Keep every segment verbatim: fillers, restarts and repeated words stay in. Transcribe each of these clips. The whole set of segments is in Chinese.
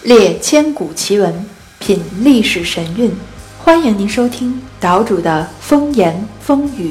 列千古奇闻，品历史神韵。欢迎您收听岛主的风言风语。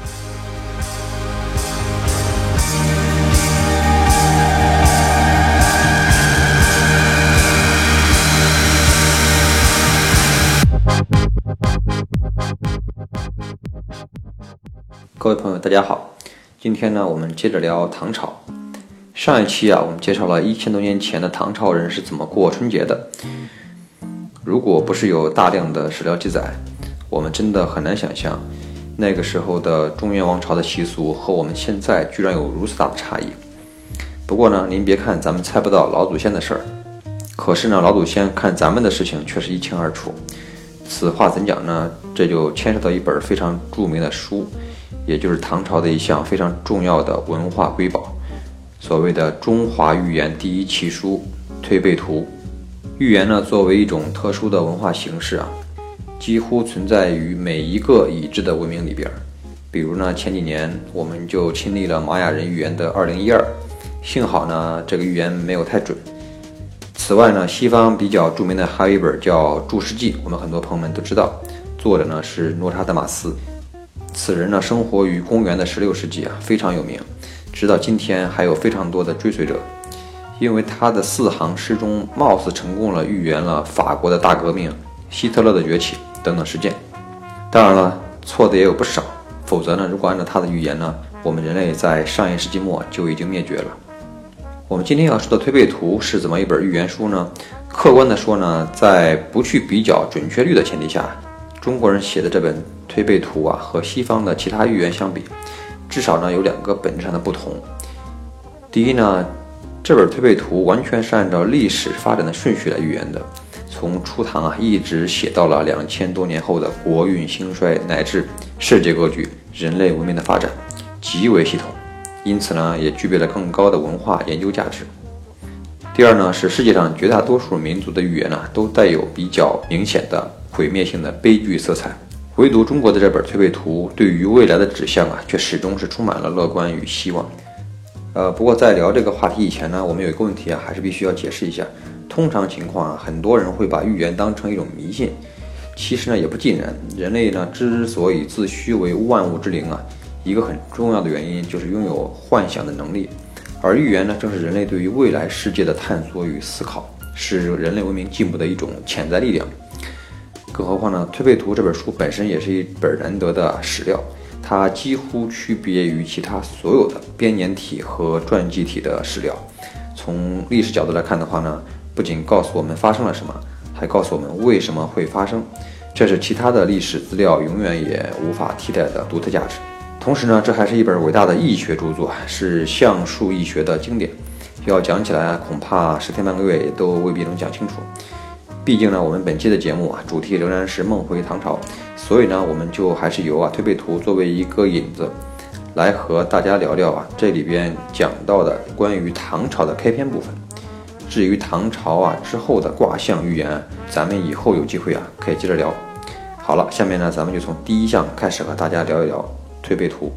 各位朋友大家好，今天呢我们接着聊唐朝。上一期啊我们介绍了一千多年前的唐朝人是怎么过春节的。如果不是有大量的史料记载，我们真的很难想象那个时候的中原王朝的习俗和我们现在居然有如此大的差异。不过呢，您别看咱们猜不到老祖先的事儿，可是呢老祖先看咱们的事情却是一清二楚。此话怎讲呢？这就牵涉到一本非常著名的书，也就是唐朝的一项非常重要的文化瑰宝，所谓的中华寓言第一奇书《推背图》。寓言呢，作为一种特殊的文化形式啊，几乎存在于每一个已知的文明里边。比如呢，前几年我们就亲历了玛雅人预言的二零一二，幸好呢这个预言没有太准。此外呢，西方比较著名的还有一本叫《注释记》，我们很多朋友们都知道，作者呢是诺查德马斯。此人呢生活于公元的十六世纪啊，非常有名，直到今天还有非常多的追随者。因为他的四行诗中貌似成功了预言了法国的大革命、希特勒的崛起等等事件。当然了，错的也有不少，否则呢，如果按照他的预言呢，我们人类在上一世纪末就已经灭绝了。我们今天要说的《推背图》是怎么一本预言书呢？客观的说呢，在不去比较准确率的前提下，中国人写的这本《推背图》啊，和西方的其他预言相比，至少呢有两个本质上的不同。第一呢，这本推背图完全是按照历史发展的顺序来预言的，从初唐啊一直写到了两千多年后的国运兴衰乃至世界格局、人类文明的发展，极为系统，因此呢也具备了更高的文化研究价值。第二呢，是世界上绝大多数民族的预言呢、啊、都带有比较明显的毁灭性的悲剧色彩，唯独中国的这本推背图对于未来的指向啊却始终是充满了乐观与希望。呃，不过在聊这个话题以前呢，我们有一个问题啊，还是必须要解释一下。通常情况啊，很多人会把预言当成一种迷信，其实呢也不尽然。人类呢之所以自诩为万物之灵啊，一个很重要的原因就是拥有幻想的能力，而预言呢正是人类对于未来世界的探索与思考，是人类文明进步的一种潜在力量。更何况呢，《推背图》这本书本身也是一本难得的史料。它几乎区别于其他所有的编年体和传记体的史料。从历史角度来看的话呢，不仅告诉我们发生了什么，还告诉我们为什么会发生，这是其他的历史资料永远也无法替代的独特价值。同时呢，这还是一本伟大的易学著作，是象数易学的经典。要讲起来，恐怕十天半个月也都未必能讲清楚。毕竟呢，我们本期的节目啊，主题仍然是梦回唐朝，所以呢，我们就还是由啊推背图作为一个引子，来和大家聊聊啊这里边讲到的关于唐朝的开篇部分。至于唐朝啊之后的卦象预言，咱们以后有机会啊可以接着聊。好了，下面呢咱们就从第一项开始和大家聊一聊推背图。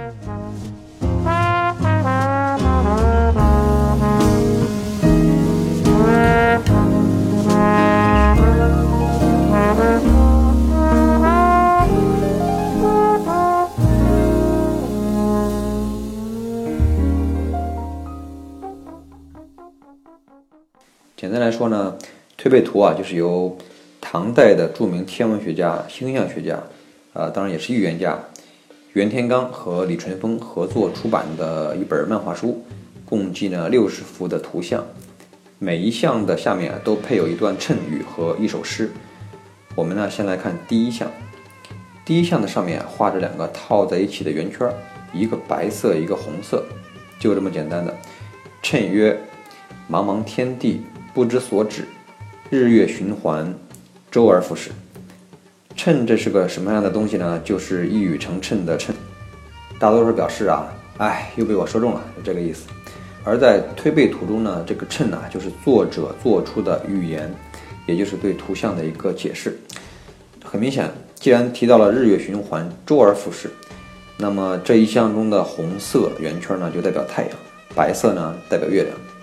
简单来说呢，推背图啊，就是由唐代的著名天文学家、星象学家，啊、呃，当然也是预言家袁天罡和李淳风合作出版的一本漫画书，共计呢六十幅的图像，每一项的下面啊都配有一段谶语和一首诗。我们呢先来看第一项，第一项的上面、啊、画着两个套在一起的圆圈，一个白色，一个红色，就这么简单的。谶曰：茫茫天地，不知所止，日月循环，周而复始。谶这是个什么样的东西呢？就是一语成谶的谶，大多数表示啊，哎，又被我说中了，就这个意思。而在推背图中呢，这个谶啊，就是作者做出的预言，也就是对图像的一个解释。很明显，既然提到了日月循环，周而复始，那么这一项中的红色圆圈呢，就代表太阳，白色呢代表月亮。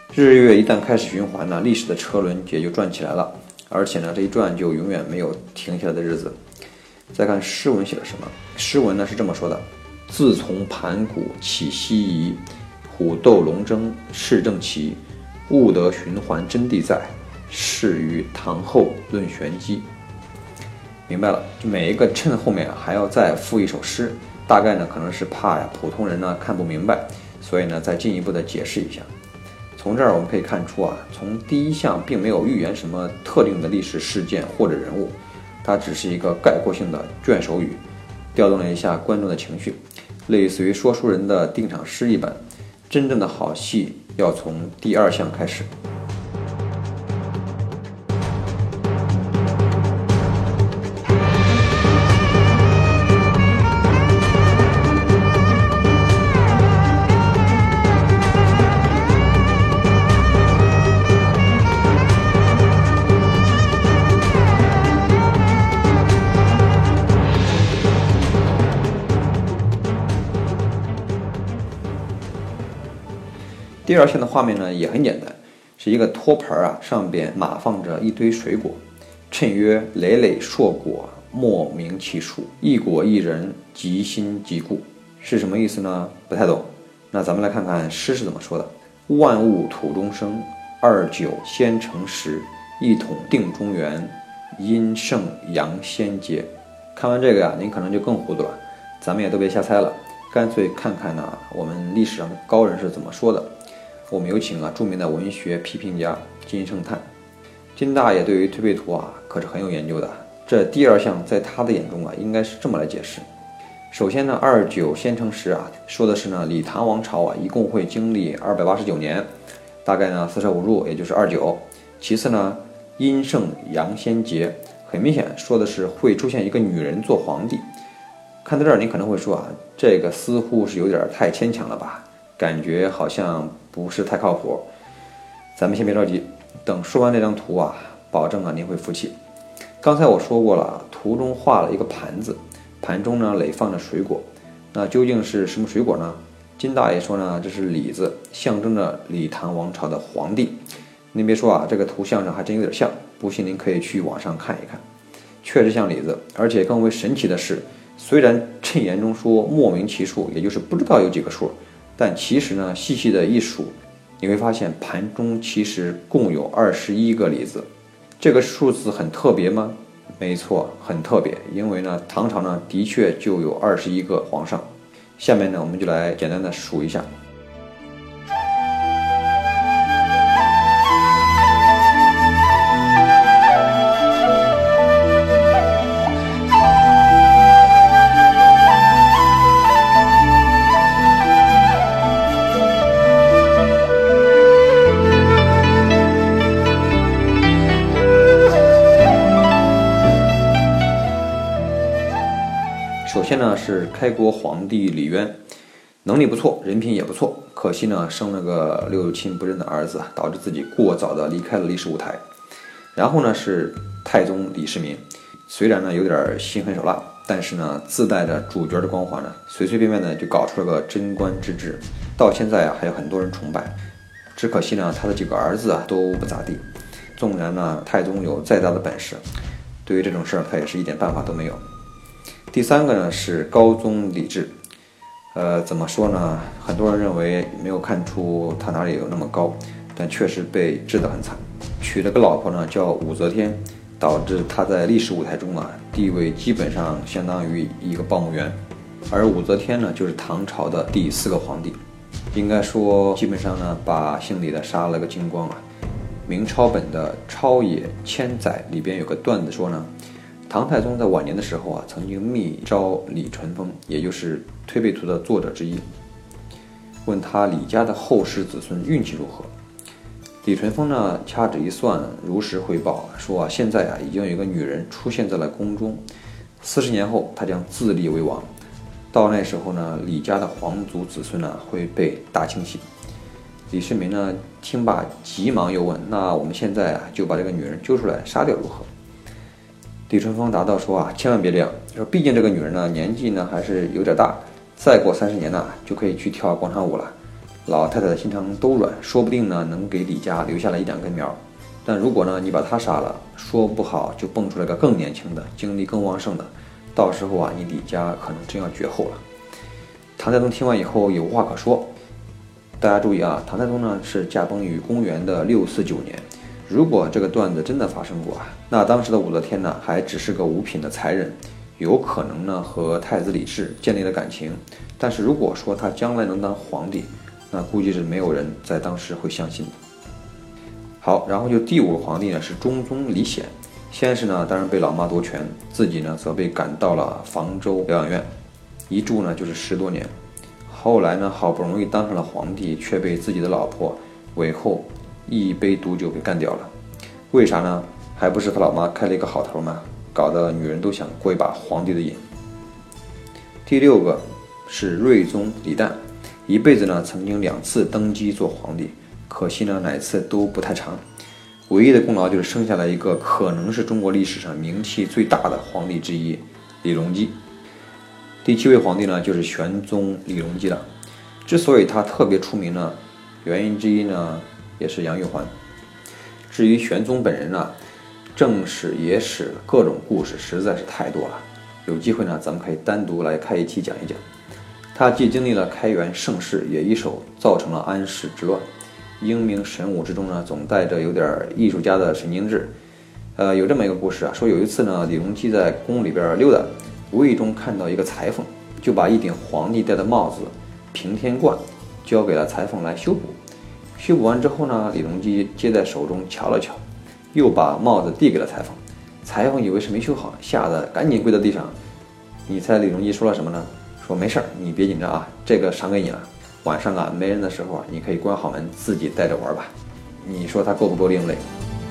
日月一旦开始循环呢，历史的车轮也就转起来了，而且呢，这一转就永远没有停下来的日子。再看诗文写了什么，诗文呢是这么说的：自从盘古起西夷，虎斗龙争事正齐，物得循环真谛在，是于唐后论玄机。明白了，就每一个谶后面还要再附一首诗，大概呢可能是怕呀普通人呢看不明白，所以呢再进一步的解释一下。从这儿我们可以看出啊，从第一项并没有预言什么特定的历史事件或者人物，它只是一个概括性的卷首语，调动了一下观众的情绪，类似于说书人的定场诗一般。真正的好戏要从第二项开始。第二项的画面呢也很简单，是一个托盘啊，上边码放着一堆水果，谶曰累累硕果，莫名其数，一果一人，即心即故，是什么意思呢？不太懂。那咱们来看看诗是怎么说的：万物土中生，二九先成十，一统定中原，阴盛阳先结。看完这个呀，您可能就更糊涂了，咱们也都别瞎猜了，干脆看看呢我们历史上的高人是怎么说的。我们有请啊著名的文学批评家金圣叹。金大爷对于推背图啊可是很有研究的，这第二项在他的眼中啊应该是这么来解释。首先呢，二九先成十啊，说的是呢李唐王朝啊一共会经历二百八十九年，大概呢四舍五入也就是二九。其次呢，阴盛阳先结，很明显说的是会出现一个女人做皇帝。看到这儿你可能会说啊，这个似乎是有点太牵强了吧，感觉好像不是太靠谱。咱们先别着急，等说完这张图啊，保证啊您会服气。刚才我说过了，图中画了一个盘子，盘中呢垒放着水果，那究竟是什么水果呢？金大爷说呢，这是李子，象征着李唐王朝的皇帝。您别说啊，这个图像上还真有点像，不信您可以去网上看一看，确实像李子。而且更为神奇的是，虽然谶言中说莫名其数，也就是不知道有几个数，但其实呢细细的一数，你会发现盘中其实共有二十一个李子。这个数字很特别吗？没错，很特别，因为呢唐朝呢的确就有二十一个皇上。下面呢我们就来简单的数一下。首先呢是开国皇帝李渊，能力不错，人品也不错，可惜呢生了个六亲不认的儿子，导致自己过早的离开了历史舞台。然后呢是太宗李世民，虽然呢有点心狠手辣，但是呢自带着主角的光环呢，随随便便的就搞出了个贞观之治，到现在啊还有很多人崇拜。只可惜呢他的几个儿子啊都不咋地，纵然呢太宗有再大的本事，对于这种事儿他也是一点办法都没有。第三个呢是高宗李治，呃，怎么说呢？很多人认为没有看出他哪里有那么高，但确实被治得很惨。娶了个老婆呢叫武则天，导致他在历史舞台中啊地位基本上相当于一个报幕员。而武则天呢就是唐朝的第四个皇帝，应该说基本上呢把姓李的杀了个精光啊。明抄本的《超野千载》里边有个段子说呢，唐太宗在晚年的时候啊，曾经密招李淳风，也就是推背图的作者之一，问他李家的后世子孙运气如何。李淳风呢掐指一算，如实汇报说啊，现在啊已经有一个女人出现在了宫中，四十年后她将自立为王，到那时候呢，李家的皇族子孙呢会被大清洗。李世民呢听罢急忙又问，那我们现在啊就把这个女人揪出来杀掉如何？李淳风答道说啊，千万别这样，说毕竟这个女人呢年纪呢还是有点大，再过三十年呢就可以去跳广场舞了， 老太太的心肠都软，说不定呢能给李家留下来一两根苗。但如果呢你把他杀了，说不好就蹦出来个更年轻的，精力更旺盛的，到时候啊你李家可能真要绝后了。唐太宗听完以后有话可说。大家注意啊，唐太宗呢是驾崩于公元的六四九年。如果这个段子真的发生过啊，那当时的武则天呢还只是个五品的才人，有可能呢和太子李治建立了感情。但是如果说他将来能当皇帝，那估计是没有人在当时会相信的。好，然后就第五个皇帝呢是中宗李显。先是呢当然被老妈夺权，自己呢则被赶到了房州疗养院，一住呢就是十多年。后来呢好不容易当上了皇帝，却被自己的老婆韦后一杯毒酒给干掉了。为啥呢？还不是他老妈开了一个好头嘛，搞得女人都想过一把皇帝的瘾。第六个是睿宗李旦，一辈子呢曾经两次登基做皇帝，可惜呢哪次都不太长，唯一的功劳就是生下来一个可能是中国历史上名气最大的皇帝之一李隆基。第七位皇帝呢就是玄宗李隆基了。之所以他特别出名呢，原因之一呢也是杨玉环。至于玄宗本人呢，正史野史各种故事实在是太多了，有机会呢咱们可以单独来开一期讲一讲。他既经历了开元盛世，也一手造成了安史之乱，英明神武之中呢总带着有点艺术家的神经质。呃，有这么一个故事啊，说有一次呢李隆基在宫里边溜达，无意中看到一个裁缝，就把一顶皇帝戴的帽子平天冠交给了裁缝来修补。修补完之后呢，李隆基接在手中瞧了瞧，又把帽子递给了裁缝。裁缝以为是没修好，吓得赶紧跪在地上。你猜李隆基说了什么呢？说没事儿，你别紧张啊，这个赏给你了。晚上啊没人的时候啊，你可以关好门自己带着玩吧。你说他够不够另类？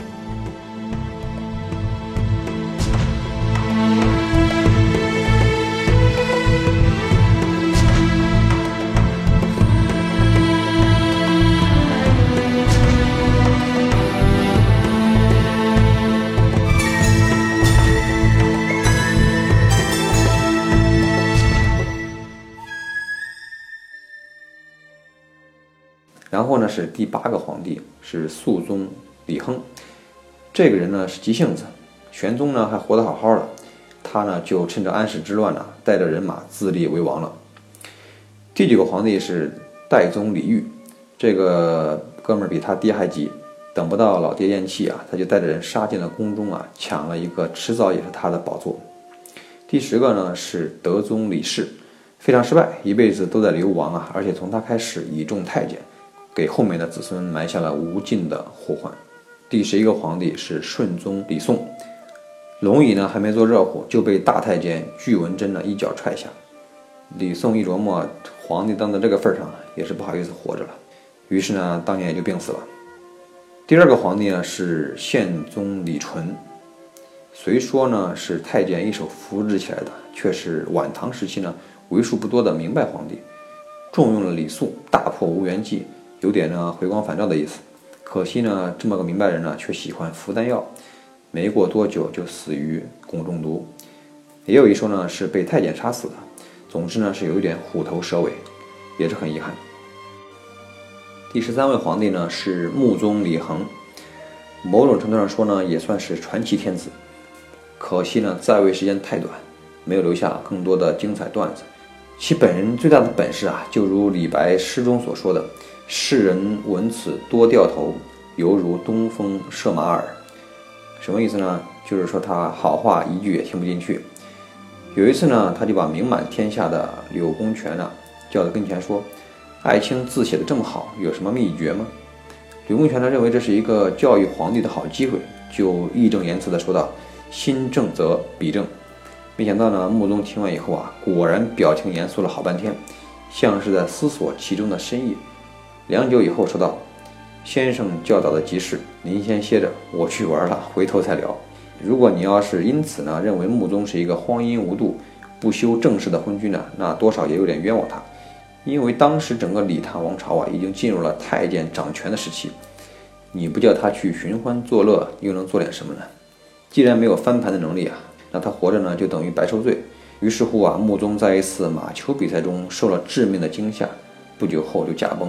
然后呢是第八个皇帝，是肃宗李亨。这个人呢是急性子，玄宗呢还活得好好的，他呢就趁着安史之乱呢，带着人马自立为王了。第九个皇帝是代宗李煜，这个哥们儿比他爹还急，等不到老爹咽气啊，他就带着人杀进了宫中啊，抢了一个迟早也是他的宝座。第十个呢是德宗李氏，非常失败，一辈子都在流亡啊，而且从他开始倚重太监，给后面的子孙埋下了无尽的祸患。第十一个皇帝是顺宗李诵，龙椅呢还没坐热乎，就被大太监巨文贞呢一脚踹下。李诵一琢磨，皇帝当到这个份上，也是不好意思活着了，于是呢当年也就病死了。第二个皇帝呢是宪宗李纯，虽说呢是太监一手扶植起来的，却是晚唐时期呢为数不多的明白皇帝，重用了李肃，大破吴元济，有点呢回光返照的意思。可惜呢这么个明白人呢却喜欢服丹药，没过多久就死于汞中毒。也有一说呢是被太监杀死的，总之呢是有一点虎头蛇尾，也是很遗憾。第十三位皇帝呢是穆宗李恒，某种程度上说呢也算是传奇天子，可惜呢在位时间太短，没有留下更多的精彩段子。其本人最大的本事啊，就如李白诗中所说的，世人闻此多掉头，犹如东风射马耳。什么意思呢？就是说他好话一句也听不进去。有一次呢，他就把名满天下的柳公权呢叫到跟前说，爱卿字写得这么好，有什么秘诀吗？柳公权呢认为这是一个教育皇帝的好机会，就义正言辞地说道，心正则笔正。没想到呢，穆宗听完以后啊，果然表情严肃了好半天，像是在思索其中的深意。良久以后说道，先生教导的极是，您先歇着，我去玩了，回头再聊。如果你要是因此呢认为穆宗是一个荒淫无度、不修正事的昏君呢，那多少也有点冤枉他。因为当时整个李唐王朝啊，已经进入了太监掌权的时期，你不叫他去寻欢作乐，又能做点什么呢？既然没有翻盘的能力啊，那他活着呢就等于白受罪。于是乎啊，穆宗在一次马球比赛中受了致命的惊吓，不久后就驾崩了，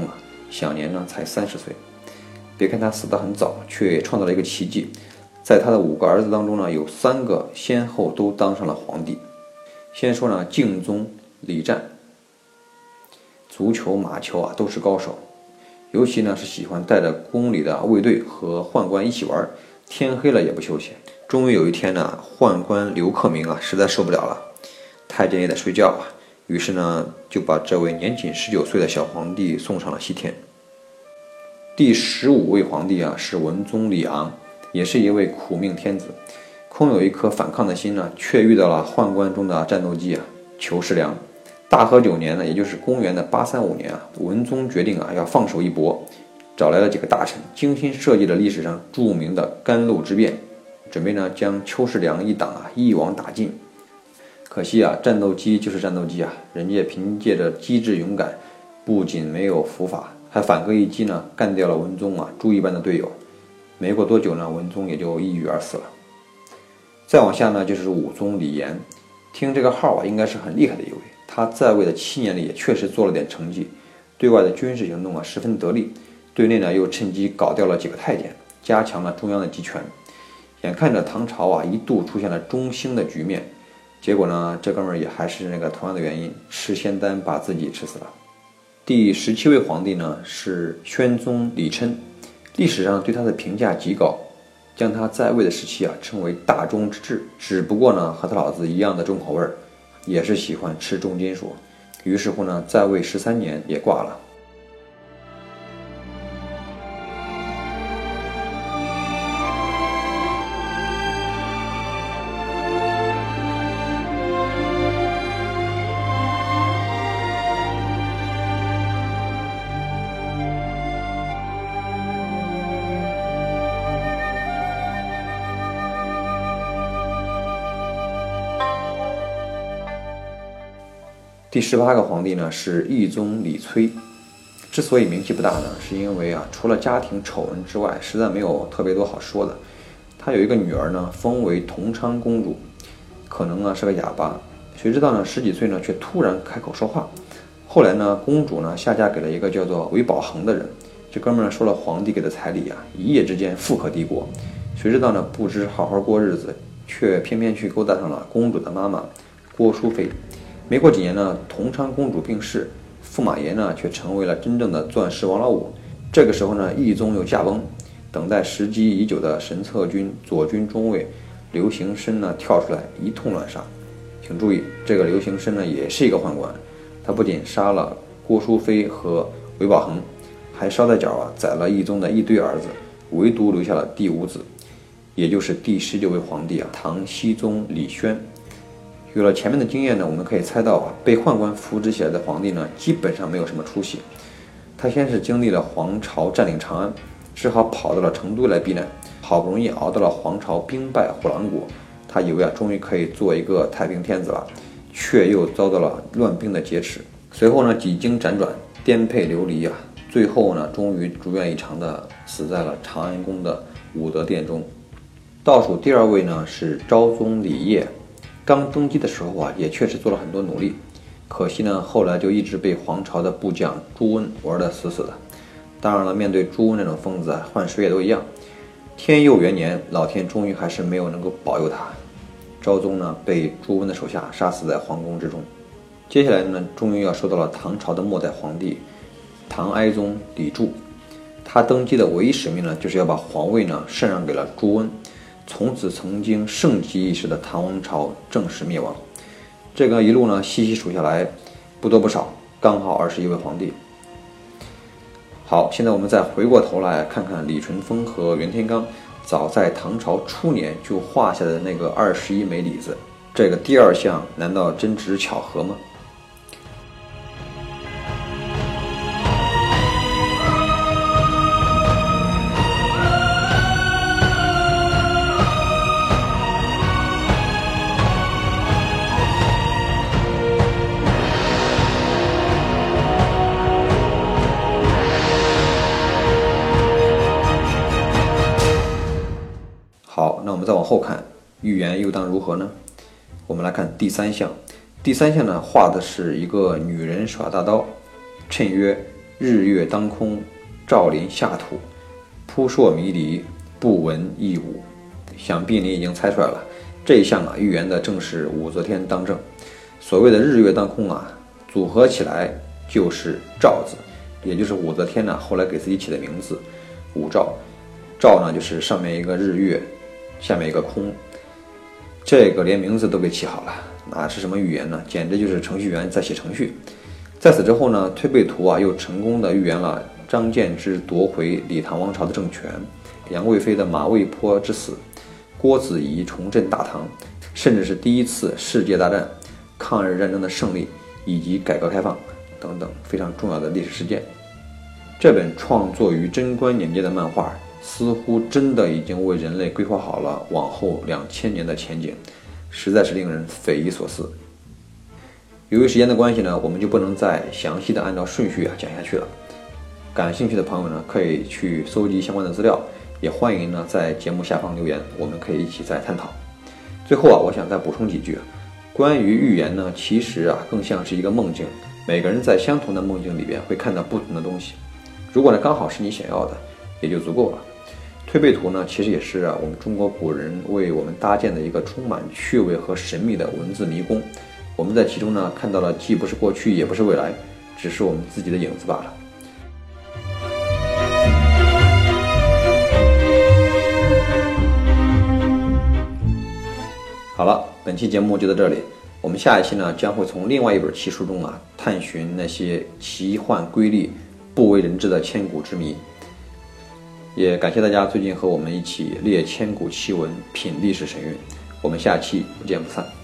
享年呢才三十岁。别看他死得很早，却也创造了一个奇迹，在他的五个儿子当中呢，有三个先后都当上了皇帝。先说呢，敬宗李战，足球、马球啊都是高手，尤其呢是喜欢带着宫里的卫队和宦官一起玩，天黑了也不休息。终于有一天呢，宦官刘克明啊实在受不了了，太监也得睡觉啊，于是呢就把这位年仅十九岁的小皇帝送上了西天。第十五位皇帝啊是文宗李昂，也是一位苦命天子，空有一颗反抗的心呢，却遇到了宦官中的战斗机啊裘世良。大和九年呢，也就是公元的八三五年啊，文宗决定啊要放手一搏，找来了几个大臣，精心设计了历史上著名的甘露之变，准备呢将裘世良一党啊一网打尽。可惜啊，战斗机就是战斗机啊，人家凭借着机智勇敢，不仅没有伏法，还反戈一击呢，干掉了文宗啊猪一般的队友。没过多久呢，文宗也就抑郁而死了。再往下呢，就是武宗李炎，听这个号啊，应该是很厉害的一位。他在位的七年里也确实做了点成绩，对外的军事行动啊十分得力，对内呢又趁机搞掉了几个太监，加强了中央的集权。眼看着唐朝啊一度出现了中兴的局面，结果呢这哥们儿也还是那个同样的原因，吃仙丹把自己吃死了。第十七位皇帝呢是宣宗李琛，历史上对他的评价极高，将他在位的时期啊称为大中之治，只不过呢和他老子一样的重口味儿，也是喜欢吃重金属，于是乎呢在位十三年也挂了。第十八个皇帝呢是懿宗李璁，之所以名气不大呢，是因为啊，除了家庭丑闻之外，实在没有特别多好说的。他有一个女儿呢，封为同昌公主，可能呢是个哑巴，谁知道呢十几岁呢却突然开口说话。后来呢，公主呢下嫁给了一个叫做韦宝衡的人，这哥们儿收了皇帝给的彩礼啊，一夜之间富可敌国。谁知道呢，不知好好过日子，却偏偏去勾搭上了公主的妈妈郭淑妃。没过几年呢，同昌公主病逝，驸马爷呢却成为了真正的钻石王老五。这个时候呢，懿宗又驾崩，等待时机已久的神策军左军中尉刘行申呢跳出来一通乱杀。请注意，这个刘行申呢也是一个宦官，他不仅杀了郭淑妃和韦宝衡，还捎带脚啊宰了懿宗的一堆儿子，唯独留下了第五子，也就是第十九位皇帝啊，唐僖宗李轩。有了前面的经验呢，我们可以猜到啊，被宦官扶植起来的皇帝呢，基本上没有什么出息。他先是经历了黄巢占领长安，只好跑到了成都来避难，好不容易熬到了黄巢兵败虎狼国，他以为啊，终于可以做一个太平天子了，却又遭到了乱兵的劫持。随后呢，几经辗转，颠沛流离啊，最后呢，终于如愿以偿的死在了长安宫的武德殿中。倒数第二位呢是昭宗李晔。刚登基的时候啊，也确实做了很多努力，可惜呢，后来就一直被黄巢的部将朱温玩得死死的。当然了，面对朱温这种疯子啊，换谁也都一样。天佑元年，老天终于还是没有能够保佑他，昭宗呢被朱温的手下杀死在皇宫之中。接下来呢，终于要说到了唐朝的末代皇帝唐哀宗李柱，他登基的唯一使命呢，就是要把皇位呢禅让给了朱温。从此曾经盛极一时的唐王朝正式灭亡。这个一路呢细细数下来不多不少，刚好二十一位皇帝。好，现在我们再回过头来看看李淳风和袁天罡早在唐朝初年就画下的那个二十一枚李子，这个第二项难道真只是巧合吗？好，那我们再往后看，预言又当如何呢？我们来看第三项。第三项呢，画的是一个女人耍大刀，衬曰日月当空，照临下土，扑朔迷离，不闻一武。想必你已经猜出来了，这一项啊预言的正是武则天当政。所谓的日月当空啊，组合起来就是照字，也就是武则天呢后来给自己起的名字武曌。照呢就是上面一个日月，下面一个空，这个连名字都给起好了，哪是什么预言呢？简直就是程序员在写程序。在此之后呢，推背图啊又成功的预言了张建之夺回李唐王朝的政权，杨贵妃的马嵬坡之死，郭子仪重振大唐，甚至是第一次世界大战、抗日战争的胜利以及改革开放等等非常重要的历史事件。这本创作于贞观年间的漫画，似乎真的已经为人类规划好了往后两千年的前景，实在是令人匪夷所思。由于时间的关系呢，我们就不能再详细的按照顺序啊讲下去了。感兴趣的朋友呢，可以去搜集相关的资料，也欢迎呢在节目下方留言，我们可以一起再探讨。最后啊，我想再补充几句，关于预言呢，其实啊更像是一个梦境，每个人在相同的梦境里边会看到不同的东西，如果呢刚好是你想要的，也就足够了。推背图呢，其实也是啊我们中国古人为我们搭建的一个充满趣味和神秘的文字迷宫。我们在其中呢看到了既不是过去也不是未来，只是我们自己的影子罢了。好了，本期节目就到这里，我们下一期呢将会从另外一本奇书中啊探寻那些奇幻瑰丽、不为人知的千古之谜。也感谢大家最近和我们一起列千古奇闻、品历史神韵，我们下期不见不散。